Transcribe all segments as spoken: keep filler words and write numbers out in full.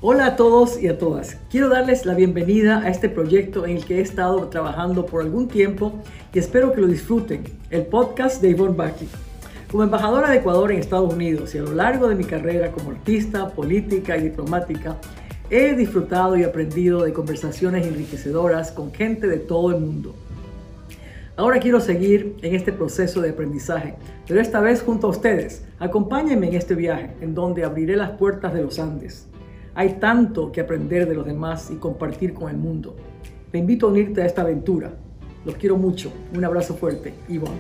Hola a todos y a todas. Quiero darles la bienvenida a este proyecto en el que he estado trabajando por algún tiempo y espero que lo disfruten, el podcast de Yvonne Backy. Como embajadora de Ecuador en Estados Unidos y a lo largo de mi carrera como artista, política y diplomática, he disfrutado y aprendido de conversaciones enriquecedoras con gente de todo el mundo. Ahora quiero seguir en este proceso de aprendizaje, pero esta vez junto a ustedes. Acompáñenme en este viaje en donde abriré las puertas de los Andes. Hay tanto que aprender de los demás y compartir con el mundo. Te invito a unirte a esta aventura. Los quiero mucho. Un abrazo fuerte. Yvonne.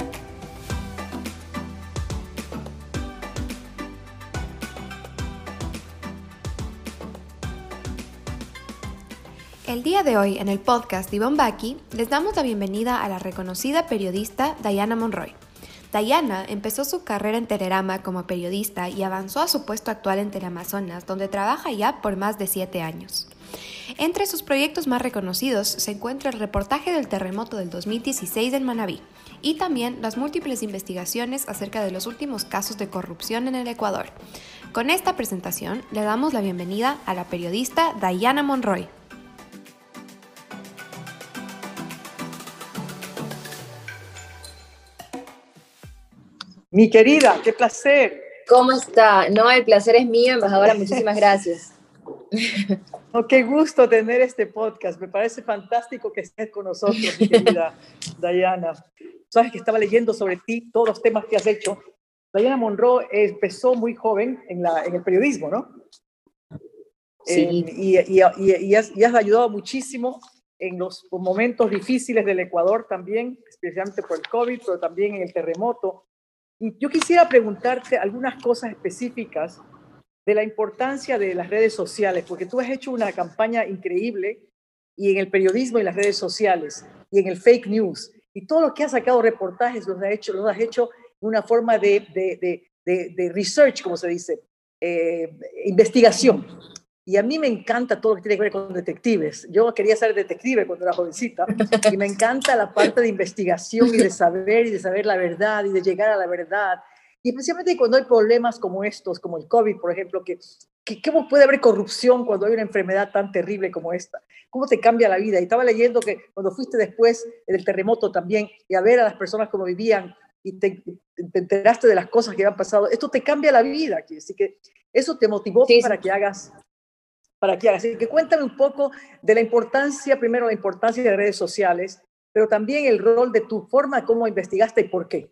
El día de hoy, en el podcast de Yvonne Backy, les damos la bienvenida a la reconocida periodista Diana Monroy. Diana empezó su carrera en Telerama como periodista y avanzó a su puesto actual en Teleamazonas, donde trabaja ya por más de siete años. Entre sus proyectos más reconocidos se encuentra el reportaje del terremoto del dos mil dieciséis en Manabí y también las múltiples investigaciones acerca de los últimos casos de corrupción en el Ecuador. Con esta presentación le damos la bienvenida a la periodista Diana Monroy. Mi querida, qué placer. ¿Cómo está? No, el placer es mío, embajadora, muchísimas gracias. No, qué gusto tener este podcast. Me parece fantástico que estés con nosotros, mi querida Diana. Sabes que estaba leyendo sobre ti, todos los temas que has hecho. Diana Monroy empezó muy joven en, la, en el periodismo, ¿no? Sí. Eh, y, y, y, y, has, y has ayudado muchísimo en los momentos difíciles del Ecuador también, especialmente por el COVID, pero también en el terremoto. Y yo quisiera preguntarte algunas cosas específicas de la importancia de las redes sociales, porque tú has hecho una campaña increíble y en el periodismo y en las redes sociales y en el fake news y todo lo que has sacado reportajes los has hecho, los has hecho en una forma de, de, de, de, de research, como se dice, eh, investigación. Y a mí me encanta todo lo que tiene que ver con detectives. Yo quería ser detective cuando era jovencita y me encanta la parte de investigación y de saber y de saber la verdad y de llegar a la verdad. Y especialmente cuando hay problemas como estos, como el COVID, por ejemplo, que, que ¿cómo puede haber corrupción cuando hay una enfermedad tan terrible como esta? ¿Cómo te cambia la vida? Y estaba leyendo que cuando fuiste después del terremoto también y a ver a las personas cómo vivían y te, te enteraste de las cosas que habían pasado, esto te cambia la vida aquí. Así que eso te motivó Sí, para sí. que hagas... para que hagas. Así que cuéntame un poco de la importancia, primero la importancia de redes sociales, pero también el rol de tu forma, cómo investigaste y por qué.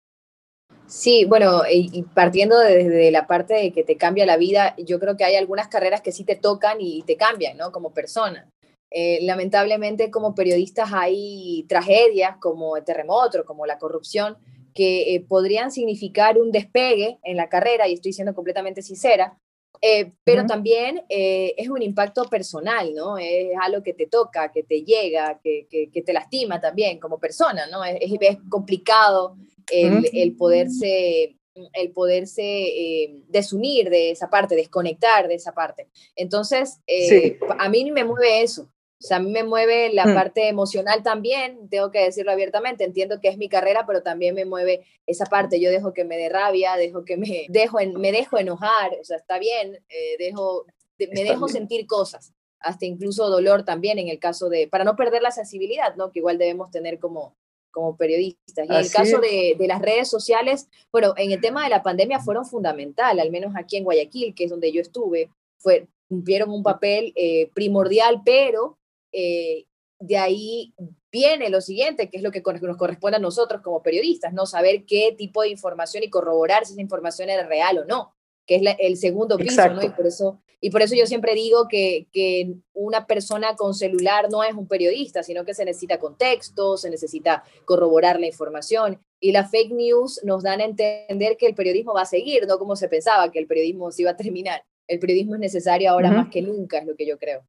Sí, bueno, y, y partiendo desde de la parte de que te cambia la vida, yo creo que hay algunas carreras que sí te tocan y te cambian, ¿no? Como persona. Eh, lamentablemente, como periodistas hay tragedias como el terremoto, como la corrupción, que eh, podrían significar un despegue en la carrera, y estoy siendo completamente sincera, eh, pero Uh-huh. también eh, es un impacto personal, ¿no? Es algo que te toca, que te llega, que, que, que te lastima también como persona, ¿no? Es, es complicado el, Uh-huh. el poderse, el poderse eh, desunir de esa parte, desconectar de esa parte. Entonces, eh, Sí. a mí me mueve eso. O sea, a mí me mueve la Mm. parte emocional también, tengo que decirlo abiertamente, entiendo que es mi carrera, pero también me mueve esa parte, yo dejo que me dé rabia, dejo que me dejo, en, me dejo enojar, o sea, está bien, eh, dejo, de, me Está dejo bien. sentir cosas, hasta incluso dolor también en el caso de, para no perder la sensibilidad, ¿no? Que igual debemos tener como, como periodistas. Y en el Así caso es. de, de las redes sociales, bueno, en el tema de la pandemia fueron fundamental, al menos aquí en Guayaquil, que es donde yo estuve, fue, cumplieron un papel eh, primordial, pero eh, de ahí viene lo siguiente, que es lo que nos corresponde a nosotros como periodistas, ¿no? Saber qué tipo de información y corroborar si esa información era real o no, que es la, el segundo piso, Exacto. ¿no? Y por eso, y por eso yo siempre digo que, que una persona con celular no es un periodista, sino que se necesita contexto, se necesita corroborar la información. Y las fake news nos dan a entender que el periodismo va a seguir, no como se pensaba, que el periodismo se iba a terminar. El periodismo es necesario ahora uh-huh. más que nunca, es lo que yo creo.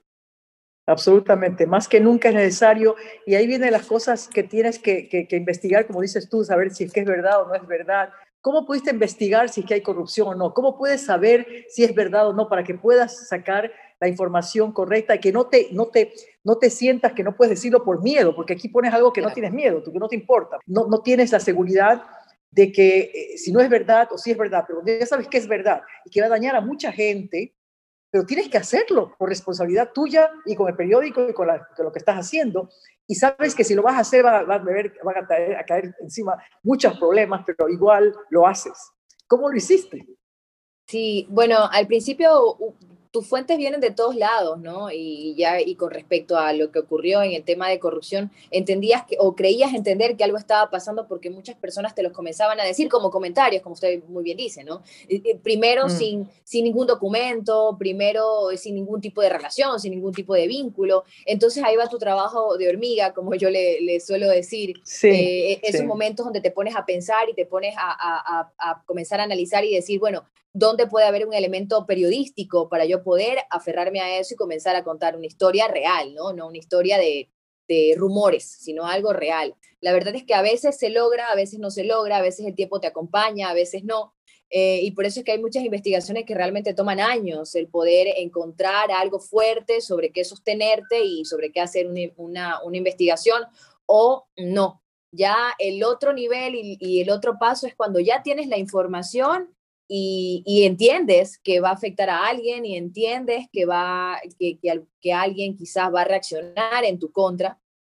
Absolutamente, más que nunca es necesario, y ahí vienen las cosas que tienes que, que, que investigar, como dices tú, saber si es que es verdad o no es verdad. ¿Cómo pudiste investigar si es que hay corrupción o no? ¿Cómo puedes saber si es verdad o no para que puedas sacar la información correcta y que no te, no te, no te sientas que no puedes decirlo por miedo? Porque aquí pones algo que no tienes miedo, que no te importa. No, no tienes la seguridad de que eh, si no es verdad o si es verdad, pero ya sabes que es verdad y que va a dañar a mucha gente. pero tienes que hacerlo por responsabilidad tuya y con el periódico y con, la, con lo que estás haciendo. Y sabes que si lo vas a hacer, van va, va a, caer, a caer encima muchos problemas, pero igual lo haces. ¿Cómo lo hiciste? Sí, bueno, al principio tus fuentes vienen de todos lados, ¿no? Y ya y con respecto a lo que ocurrió en el tema de corrupción, entendías que, o creías entender que algo estaba pasando porque muchas personas te los comenzaban a decir como comentarios, como usted muy bien dice, ¿no? Primero mm. sin, sin ningún documento, primero sin ningún tipo de relación, sin ningún tipo de vínculo. Entonces ahí va tu trabajo de hormiga, como yo le, le suelo decir. Sí, eh, esos sí. momentos donde te pones a pensar y te pones a, a, a, a comenzar a analizar y decir, bueno, ¿dónde puede haber un elemento periodístico para yo poder aferrarme a eso y comenzar a contar una historia real, ¿no? No una historia de, de rumores, sino algo real. La verdad es que a veces se logra, a veces no se logra, a veces el tiempo te acompaña, a veces no. Eh, y por eso es que hay muchas investigaciones que realmente toman años, el poder encontrar algo fuerte sobre qué sostenerte y sobre qué hacer una, una, una investigación o no. Ya el otro nivel y, y el otro paso es cuando ya tienes la información Y, y entiendes que va a afectar a alguien y entiendes que, va, que, que, que alguien quizás va a reaccionar en tu contra.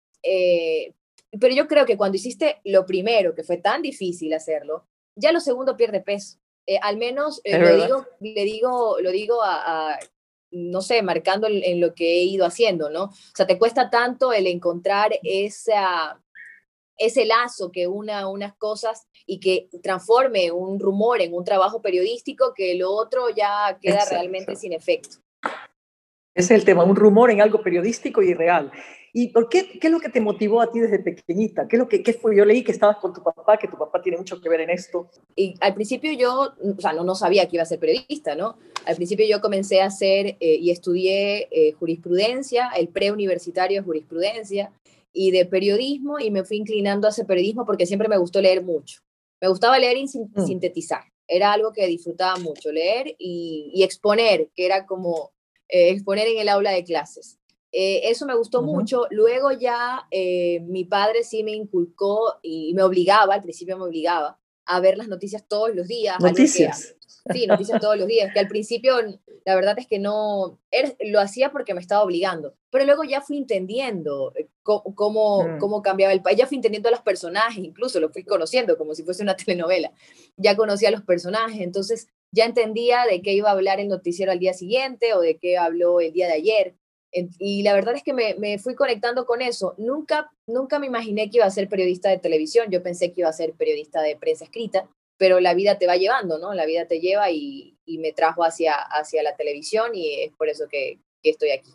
Eh, pero yo creo que cuando hiciste lo primero, que fue tan difícil hacerlo, ya lo segundo pierde peso. Eh, al menos eh, lo, digo, le digo, lo digo a, a no sé, marcando en, en lo que he ido haciendo, ¿no? O sea, te cuesta tanto el encontrar esa... ese lazo que una unas cosas y que transforme un rumor en un trabajo periodístico, que lo otro ya queda Exacto. realmente sin efecto. Ese es el tema, un rumor en algo periodístico y real. ¿Y por qué, qué es lo que te motivó a ti desde pequeñita? ¿Qué es lo que qué fue? Yo leí que estabas con tu papá, que tu papá tiene mucho que ver en esto. Y al principio yo, o sea, no, no sabía que iba a ser periodista, ¿no? Al principio yo comencé a hacer eh, y estudié eh, jurisprudencia, el preuniversitario de jurisprudencia, y de periodismo, y me fui inclinando hacia periodismo porque siempre me gustó leer mucho. Me gustaba leer y sin, mm. sintetizar. Era algo que disfrutaba mucho, leer y, y exponer, que era como eh, exponer en el aula de clases. Eh, eso me gustó uh-huh. mucho. Luego ya eh, mi padre sí me inculcó y me obligaba, al principio me obligaba, a ver las noticias todos los días. Noticias. Algo que, sí, noticias todos los días, que al principio la verdad es que no, era, lo hacía porque me estaba obligando, pero luego ya fui entendiendo cómo, cómo, mm. cómo cambiaba el país, ya fui entendiendo a los personajes, incluso los fui conociendo como si fuese una telenovela, ya conocía a los personajes, entonces ya entendía de qué iba a hablar el noticiero al día siguiente o de qué habló el día de ayer. Y la verdad es que me, me fui conectando con eso. Nunca, nunca me imaginé que iba a ser periodista de televisión, yo pensé que iba a ser periodista de prensa escrita, pero la vida te va llevando, ¿no? La vida te lleva y, y me trajo hacia, hacia la televisión y es por eso que, que estoy aquí.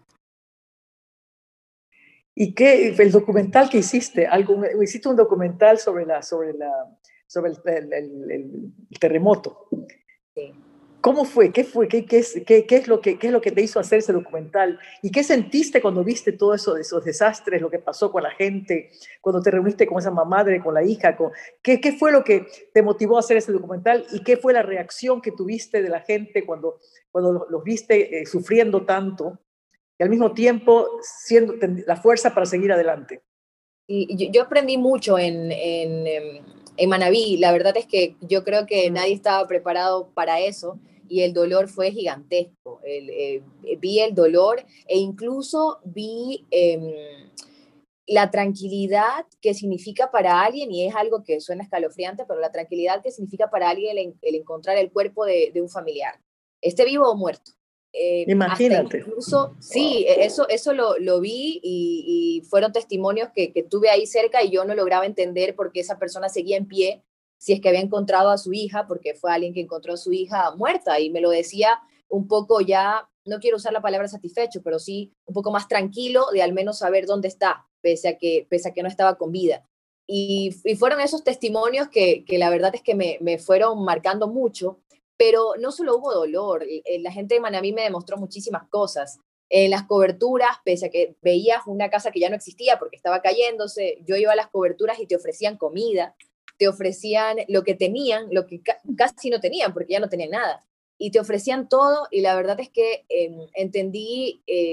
¿Y qué, el documental que hiciste? ¿Algún, hiciste un documental sobre, la, sobre, la, sobre el, el, el, el terremoto? Sí. ¿Cómo fue? ¿Qué fue? ¿Qué, qué, es, qué, qué, es lo que, ¿Qué es lo que te hizo hacer ese documental? ¿Y qué sentiste cuando viste todo eso, esos desastres, lo que pasó con la gente, cuando te reuniste con esa madre, con la hija? Con, ¿qué, ¿Qué fue lo que te motivó a hacer ese documental? ¿Y qué fue la reacción que tuviste de la gente cuando, cuando los viste eh, sufriendo tanto y al mismo tiempo siendo la fuerza para seguir adelante? Y yo, yo aprendí mucho en, en, en Manabí. La verdad es que yo creo que mm. nadie estaba preparado para eso. Y el dolor fue gigantesco. El, eh, vi el dolor e incluso vi eh, la tranquilidad que significa para alguien, y es algo que suena escalofriante, pero la tranquilidad que significa para alguien el, el encontrar el cuerpo de, de un familiar, esté vivo o muerto. Eh, Imagínate. Incluso, sí, wow. eso, eso lo, lo vi y, y fueron testimonios que, que tuve ahí cerca y yo no lograba entender por qué esa persona seguía en pie, si es que había encontrado a su hija, porque fue alguien que encontró a su hija muerta y me lo decía un poco ya, no quiero usar la palabra satisfecho, pero sí un poco más tranquilo de al menos saber dónde está, pese a que, pese a que no estaba con vida. Y, y fueron esos testimonios que, que la verdad es que me, me fueron marcando mucho, pero no solo hubo dolor, la gente de Manabí me demostró muchísimas cosas. En las coberturas, pese a que veías una casa que ya no existía porque estaba cayéndose, yo iba a las coberturas y te ofrecían comida, te ofrecían lo que tenían, lo que ca- casi no tenían porque ya no tenían nada, y te ofrecían todo, y la verdad es que eh, entendí eh,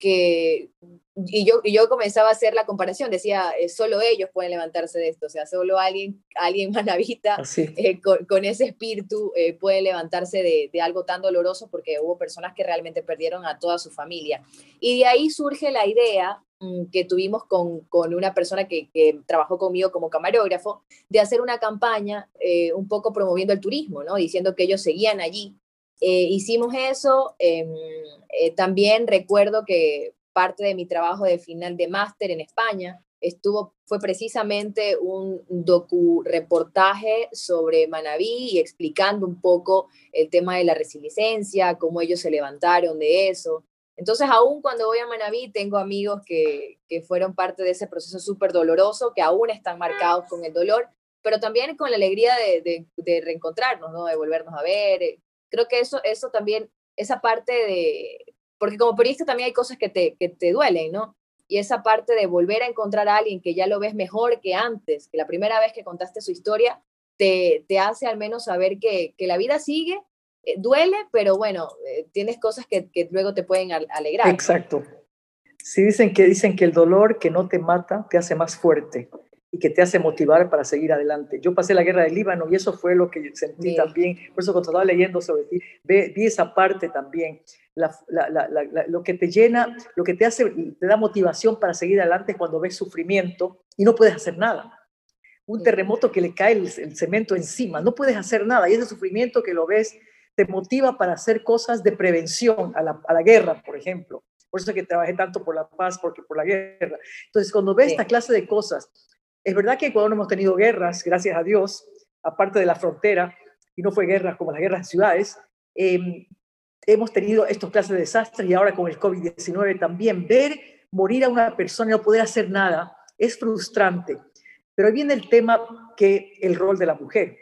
que y yo, y yo comenzaba a hacer la comparación, decía, eh, solo ellos pueden levantarse de esto, o sea, solo alguien, alguien manavita eh, con, con ese espíritu eh, puede levantarse de, de algo tan doloroso, porque hubo personas que realmente perdieron a toda su familia. Y de ahí surge la idea mmm, que tuvimos con, con una persona que, que trabajó conmigo como camarógrafo, de hacer una campaña eh, un poco promoviendo el turismo, ¿no? Diciendo que ellos seguían allí. Eh, hicimos eso, eh, eh, también recuerdo que parte de mi trabajo de final de máster en España estuvo, fue precisamente un docu-reportaje sobre Manabí y explicando un poco el tema de la resiliencia, cómo ellos se levantaron de eso. Entonces, aún cuando voy a Manabí, tengo amigos que, que fueron parte de ese proceso súper doloroso, que aún están marcados con el dolor, pero también con la alegría de, de, de reencontrarnos, ¿no? De volvernos a ver. Creo que eso, eso también, esa parte de... Porque como periodista también hay cosas que te, que te duelen, ¿no? Y esa parte de volver a encontrar a alguien que ya lo ves mejor que antes, que la primera vez que contaste su historia, te, te hace al menos saber que, que la vida sigue, eh, duele, pero bueno, eh, tienes cosas que, que luego te pueden alegrar, ¿no? Exacto. Sí, dicen que, dicen que el dolor que no te mata te hace más fuerte y que te hace motivar para seguir adelante. Yo pasé la guerra del Líbano y eso fue lo que sentí sí. también. Por eso cuando estaba leyendo sobre ti, vi, vi esa parte también. La, la, la, la, lo que te llena, lo que te hace, te da motivación para seguir adelante cuando ves sufrimiento y no puedes hacer nada. Un terremoto que le cae el, el cemento encima, no puedes hacer nada. Y ese sufrimiento que lo ves te motiva para hacer cosas de prevención a la, a la guerra, por ejemplo. Por eso es que trabajé tanto por la paz, porque por la guerra. Entonces, cuando ves sí. esta clase de cosas, es verdad que en Ecuador no hemos tenido guerras, gracias a Dios, aparte de la frontera, y no fue guerra como las guerras de ciudades, eh, hemos tenido estos clases de desastres y ahora con el COVID diecinueve también. Ver morir a una persona y no poder hacer nada es frustrante. Pero ahí viene el tema que el rol de la mujer.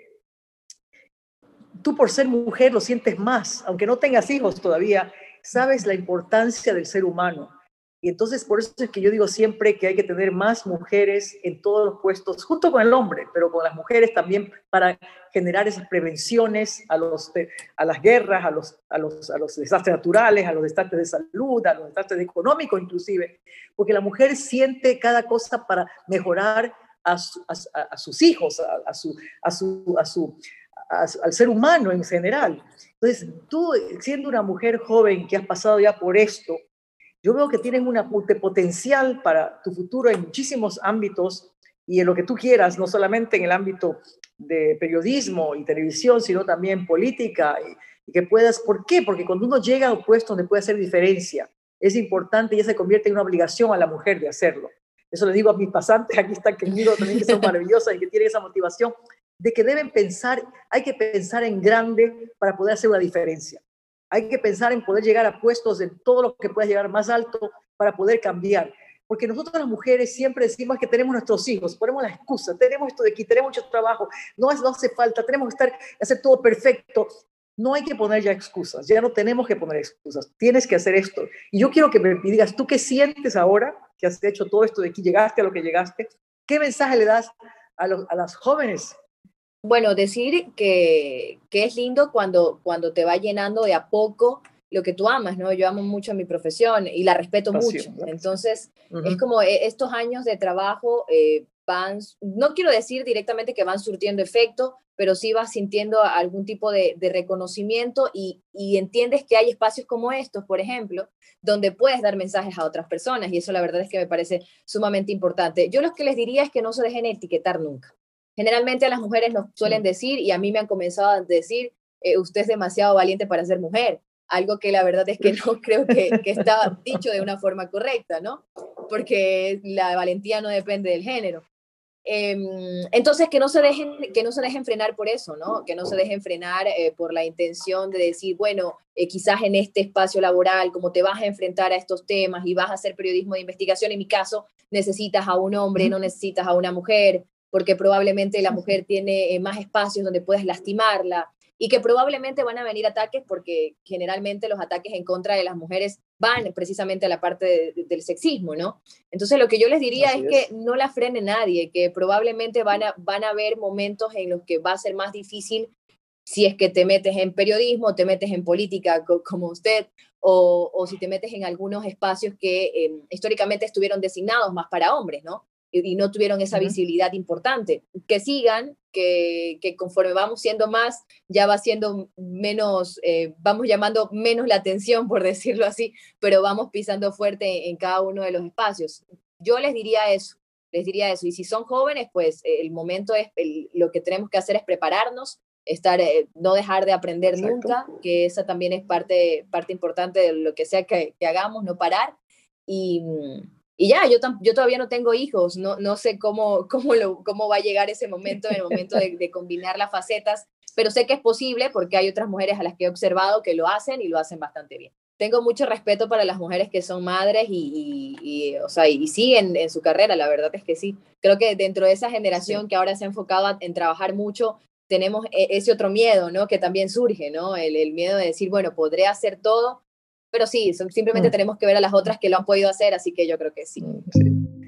Tú por ser mujer lo sientes más, aunque no tengas hijos todavía, sabes la importancia del ser humano. Y entonces por eso es que yo digo siempre que hay que tener más mujeres en todos los puestos, junto con el hombre, pero con las mujeres también para generar esas prevenciones a, los, a las guerras, a los, a, los, a los desastres naturales, a los desastres de salud, a los desastres económicos inclusive, porque la mujer siente cada cosa para mejorar a, su, a, a sus hijos, a, a, su, a, su, a, su, a, su, al ser humano en general. Entonces, tú siendo una mujer joven que has pasado ya por esto, yo veo que tienes una potencial para tu futuro en muchísimos ámbitos y en lo que tú quieras, no solamente en el ámbito de periodismo y televisión, sino también política, y, y que puedas, ¿por qué? Porque cuando uno llega a un puesto donde puede hacer diferencia, es importante y ya se convierte en una obligación a la mujer de hacerlo. Eso le digo a mis pasantes, aquí están conmigo también, que son maravillosas y que tienen esa motivación, de que deben pensar, hay que pensar en grande para poder hacer una diferencia. Hay que pensar en poder llegar a puestos en todo lo que pueda llegar más alto para poder cambiar. Porque nosotros las mujeres siempre decimos que tenemos nuestros hijos, ponemos la excusa, tenemos esto de aquí, tenemos mucho trabajo, no, no hace falta, tenemos que estar, hacer todo perfecto. No hay que poner ya excusas, ya no tenemos que poner excusas, tienes que hacer esto. Y yo quiero que me digas, ¿tú qué sientes ahora que has hecho todo esto de aquí, llegaste a lo que llegaste? ¿Qué mensaje le das a, los, a las jóvenes? Bueno, decir que, que es lindo cuando, cuando te va llenando de a poco lo que tú amas, ¿no? Yo amo mucho mi profesión y la respeto Pasión, mucho. ¿No? Entonces, uh-huh. es como estos años de trabajo eh, van, no quiero decir directamente que van surtiendo efecto, pero sí vas sintiendo algún tipo de, de reconocimiento y, y entiendes que hay espacios como estos, por ejemplo, donde puedes dar mensajes a otras personas y eso la verdad es que me parece sumamente importante. Yo lo que les diría es que no se dejen etiquetar nunca. Generalmente a las mujeres nos suelen decir, y a mí me han comenzado a decir, eh, usted es demasiado valiente para ser mujer, algo que la verdad es que no creo que, que está dicho de una forma correcta, ¿no? Porque la valentía no depende del género. Eh, entonces, que no, se dejen, que no se dejen frenar por eso, ¿no? Que no se dejen frenar eh, por la intención de decir, bueno, eh, quizás en este espacio laboral, como te vas a enfrentar a estos temas y vas a hacer periodismo de investigación, en mi caso, necesitas a un hombre, no necesitas a una mujer, porque probablemente la mujer tiene eh, más espacios donde puedes lastimarla y que probablemente van a venir ataques porque generalmente los ataques en contra de las mujeres van precisamente a la parte de, de, del sexismo, ¿no? Entonces lo que yo les diría es, es que no la frene nadie, que probablemente van a, van a haber momentos en los que va a ser más difícil si es que te metes en periodismo, te metes en política co- como usted, o, o si te metes en algunos espacios que eh, históricamente estuvieron designados más para hombres, ¿no? Y, y no tuvieron esa uh-huh. visibilidad importante. Que sigan, que, que conforme vamos siendo más, ya va siendo menos, eh, vamos llamando menos la atención, por decirlo así, pero vamos pisando fuerte en, en cada uno de los espacios. Yo les diría eso, les diría eso. Y si son jóvenes, pues eh, el momento es, el, lo que tenemos que hacer es prepararnos, estar, eh, no dejar de aprender Exacto. nunca, que esa también es parte, parte importante de lo que sea que, que hagamos, no parar. Y, y ya, yo, yo todavía no tengo hijos, no, no sé cómo, cómo, lo, cómo va a llegar ese momento, el momento de, de combinar las facetas, pero sé que es posible porque hay otras mujeres a las que he observado que lo hacen y lo hacen bastante bien. Tengo mucho respeto para las mujeres que son madres y, y, y, o sea, y siguen en su carrera, la verdad es que sí. Creo que dentro de esa generación sí. que ahora se ha enfocado en trabajar mucho, tenemos ese otro miedo, ¿no? Que también surge, ¿no? El, el miedo de decir, bueno, podré hacer todo, pero sí, simplemente mm. tenemos que ver a las otras que lo han podido hacer, así que yo creo que sí. sí.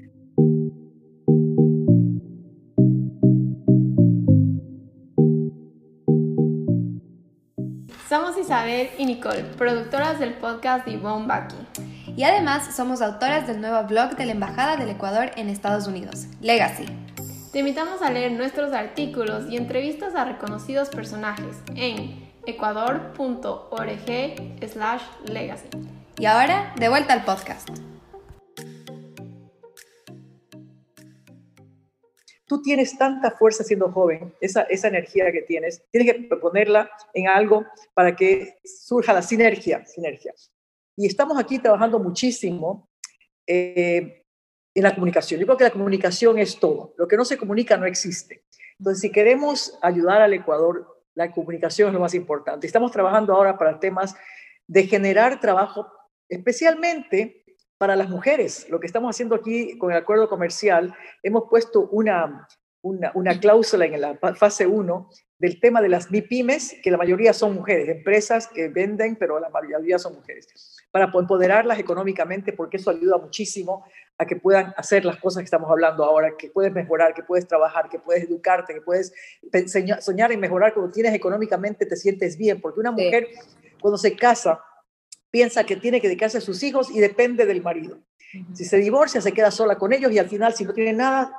Somos Isabel y Nicole, productoras del podcast Yvonne Baki. Y además somos autoras del nuevo blog de la Embajada del Ecuador en Estados Unidos, Legacy. Te invitamos a leer nuestros artículos y entrevistas a reconocidos personajes en ecuador punto org slash legacy. Y ahora, de vuelta al podcast. Tú tienes tanta fuerza siendo joven, esa, esa energía que tienes, tienes que ponerla en algo para que surja la sinergia. sinergia. Y estamos aquí trabajando muchísimo eh, en la comunicación. Yo creo que la comunicación es todo. Lo que no se comunica no existe. Entonces, si queremos ayudar al Ecuador, la comunicación es lo más importante. Estamos trabajando ahora para temas de generar trabajo, especialmente para las mujeres. Lo que estamos haciendo aquí con el acuerdo comercial, hemos puesto una, una, una cláusula en la fase uno del tema de las MIPYMES, que la mayoría son mujeres, empresas que venden, pero la mayoría son mujeres, para empoderarlas económicamente, porque eso ayuda muchísimo a que puedan hacer las cosas que estamos hablando ahora, que puedes mejorar, que puedes trabajar, que puedes educarte, que puedes soñar en mejorar. Cuando tienes económicamente te sientes bien, porque una mujer sí. cuando se casa piensa que tiene que dedicarse a sus hijos y depende del marido. Uh-huh. Si se divorcia, se queda sola con ellos y al final, si no tiene nada,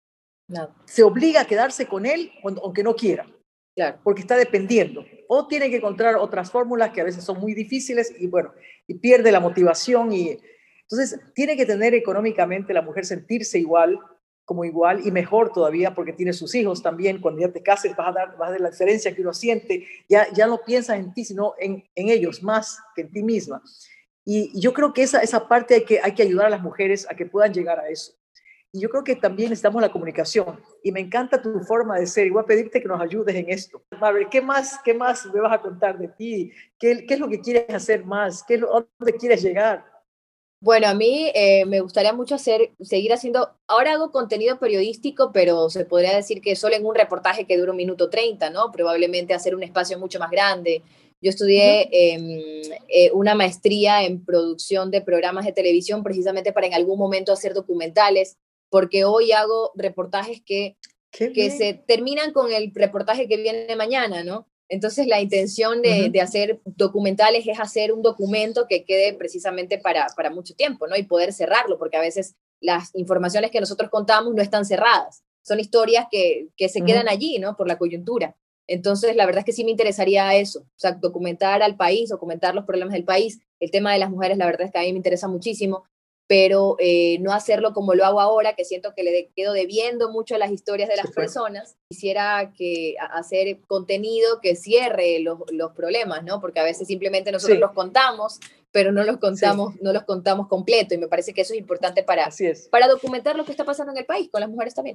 no. se obliga a quedarse con él aunque no quiera. Claro. Porque está dependiendo. O tiene que encontrar otras fórmulas que a veces son muy difíciles y bueno, y pierde la motivación. Y entonces tiene que tener económicamente la mujer sentirse igual, como igual y mejor todavía porque tiene sus hijos también. Cuando ya te cases vas a dar, vas a dar la diferencia que uno siente. Ya, ya no piensas en ti, sino en, en ellos más que en ti misma. Y, y yo creo que esa, esa parte hay que, hay que ayudar a las mujeres a que puedan llegar a eso. Y yo creo que también necesitamos la comunicación. Y me encanta tu forma de ser. Y voy a pedirte que nos ayudes en esto. A ver, ¿qué más, qué más me vas a contar de ti? ¿Qué, qué es lo que quieres hacer más? ¿Qué, ¿Dónde quieres llegar? Bueno, a mí eh, me gustaría mucho hacer, seguir haciendo, ahora hago contenido periodístico, pero se podría decir que solo en un reportaje que dura un minuto treinta, ¿no? Probablemente hacer un espacio mucho más grande. Yo estudié uh-huh. eh, eh, una maestría en producción de programas de televisión precisamente para en algún momento hacer documentales, porque hoy hago reportajes que, que se terminan con el reportaje que viene mañana, ¿no? Entonces la intención de, uh-huh. de hacer documentales es hacer un documento que quede precisamente para, para mucho tiempo, ¿no? Y poder cerrarlo, porque a veces las informaciones que nosotros contamos no están cerradas. Son historias que, que se uh-huh. quedan allí, ¿no? Por la coyuntura. Entonces la verdad es que sí me interesaría eso, o sea, documentar al país, documentar los problemas del país. El tema de las mujeres, la verdad es que a mí me interesa muchísimo, pero eh, no hacerlo como lo hago ahora, que siento que le de, quedo debiendo mucho a las historias de las sí, personas. Quisiera que, hacer contenido que cierre los, los problemas, ¿no? Porque a veces simplemente nosotros sí. los contamos, pero no los contamos, sí. no los contamos completo, y me parece que eso es importante para, es. para documentar lo que está pasando en el país, con las mujeres también.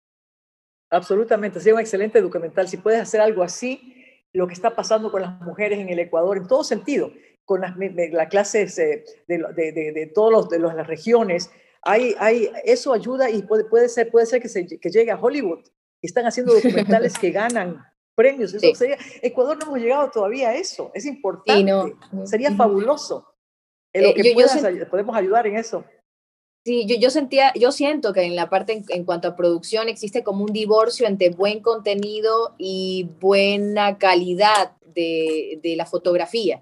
Absolutamente, sería un excelente documental. Si puedes hacer algo así, lo que está pasando con las mujeres en el Ecuador, en todo sentido, con las, las clases de, de, de, de, de todas los, de las regiones, hay, hay, eso ayuda y puede, puede ser, puede ser que, se, que llegue a Hollywood. Están haciendo documentales que ganan premios. Eso sí. sería, Ecuador no hemos llegado todavía a eso. Es importante. Sí, no. Sería uh-huh. fabuloso. En lo eh, que yo, puedas, yo sent... podemos ayudar en eso. Sí, yo, yo, sentía, yo siento que en la parte en, en cuanto a producción existe como un divorcio entre buen contenido y buena calidad de, de la fotografía.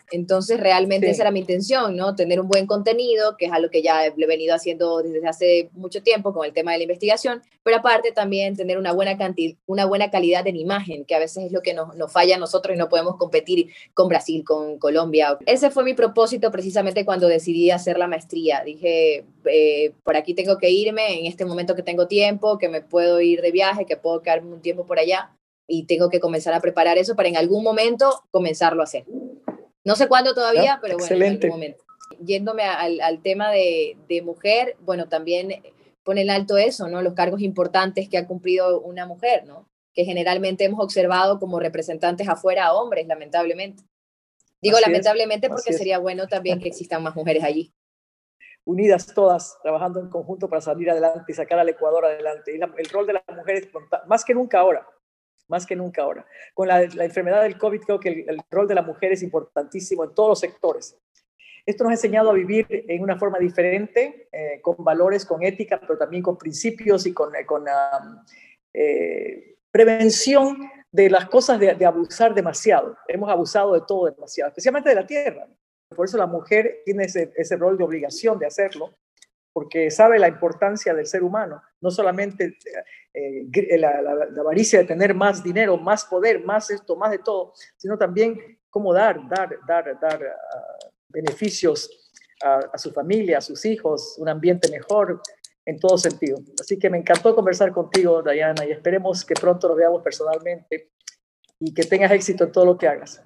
Entonces, realmente Sí. esa era mi intención, ¿no? Tener un buen contenido, que es algo que ya he venido haciendo desde hace mucho tiempo con el tema de la investigación, pero aparte también tener una buena, cantidad, una buena calidad en imagen, que a veces es lo que nos, nos falla a nosotros y no podemos competir con Brasil, con Colombia. Ese fue mi propósito precisamente cuando decidí hacer la maestría. Dije, eh, por aquí tengo que irme, en este momento que tengo tiempo, que me puedo ir de viaje, que puedo quedarme un tiempo por allá, y tengo que comenzar a preparar eso para en algún momento comenzarlo a hacer. No sé cuándo todavía, ¿No? pero bueno, Excelente. en algún momento. Yéndome al, al tema de, de mujer, bueno, también pone en alto eso, ¿no? Los cargos importantes que ha cumplido una mujer, ¿no? Que generalmente hemos observado como representantes afuera a hombres, lamentablemente. Digo Así lamentablemente es, porque sería bueno también que existan más mujeres allí. Unidas todas, trabajando en conjunto para salir adelante y sacar al Ecuador adelante. Y la, el rol de la mujer es más que nunca ahora. Más que nunca ahora. Con la, la enfermedad del COVID, creo que el, el rol de la mujer es importantísimo en todos los sectores. Esto nos ha enseñado a vivir en una forma diferente, eh, con valores, con ética, pero también con principios y con, con uh, eh, prevención de las cosas de, de abusar demasiado. Hemos abusado de todo demasiado, especialmente de la tierra. Por eso la mujer tiene ese, ese rol de obligación de hacerlo, porque sabe la importancia del ser humano, no solamente eh, la, la, la avaricia de tener más dinero, más poder, más esto, más de todo, sino también cómo dar, dar, dar, dar uh, beneficios a, a su familia, a sus hijos, un ambiente mejor en todo sentido. Así que me encantó conversar contigo, Dayana, y esperemos que pronto nos veamos personalmente y que tengas éxito en todo lo que hagas.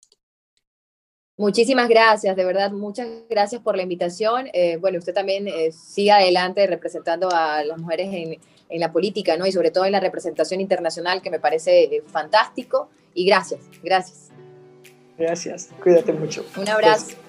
Muchísimas gracias, de verdad, muchas gracias por la invitación. Eh, bueno, usted también eh, siga adelante representando a las mujeres en, en la política, ¿no? Y sobre todo en la representación internacional, que me parece eh, fantástico. Y gracias, gracias. Gracias, cuídate mucho. Un abrazo. Pues,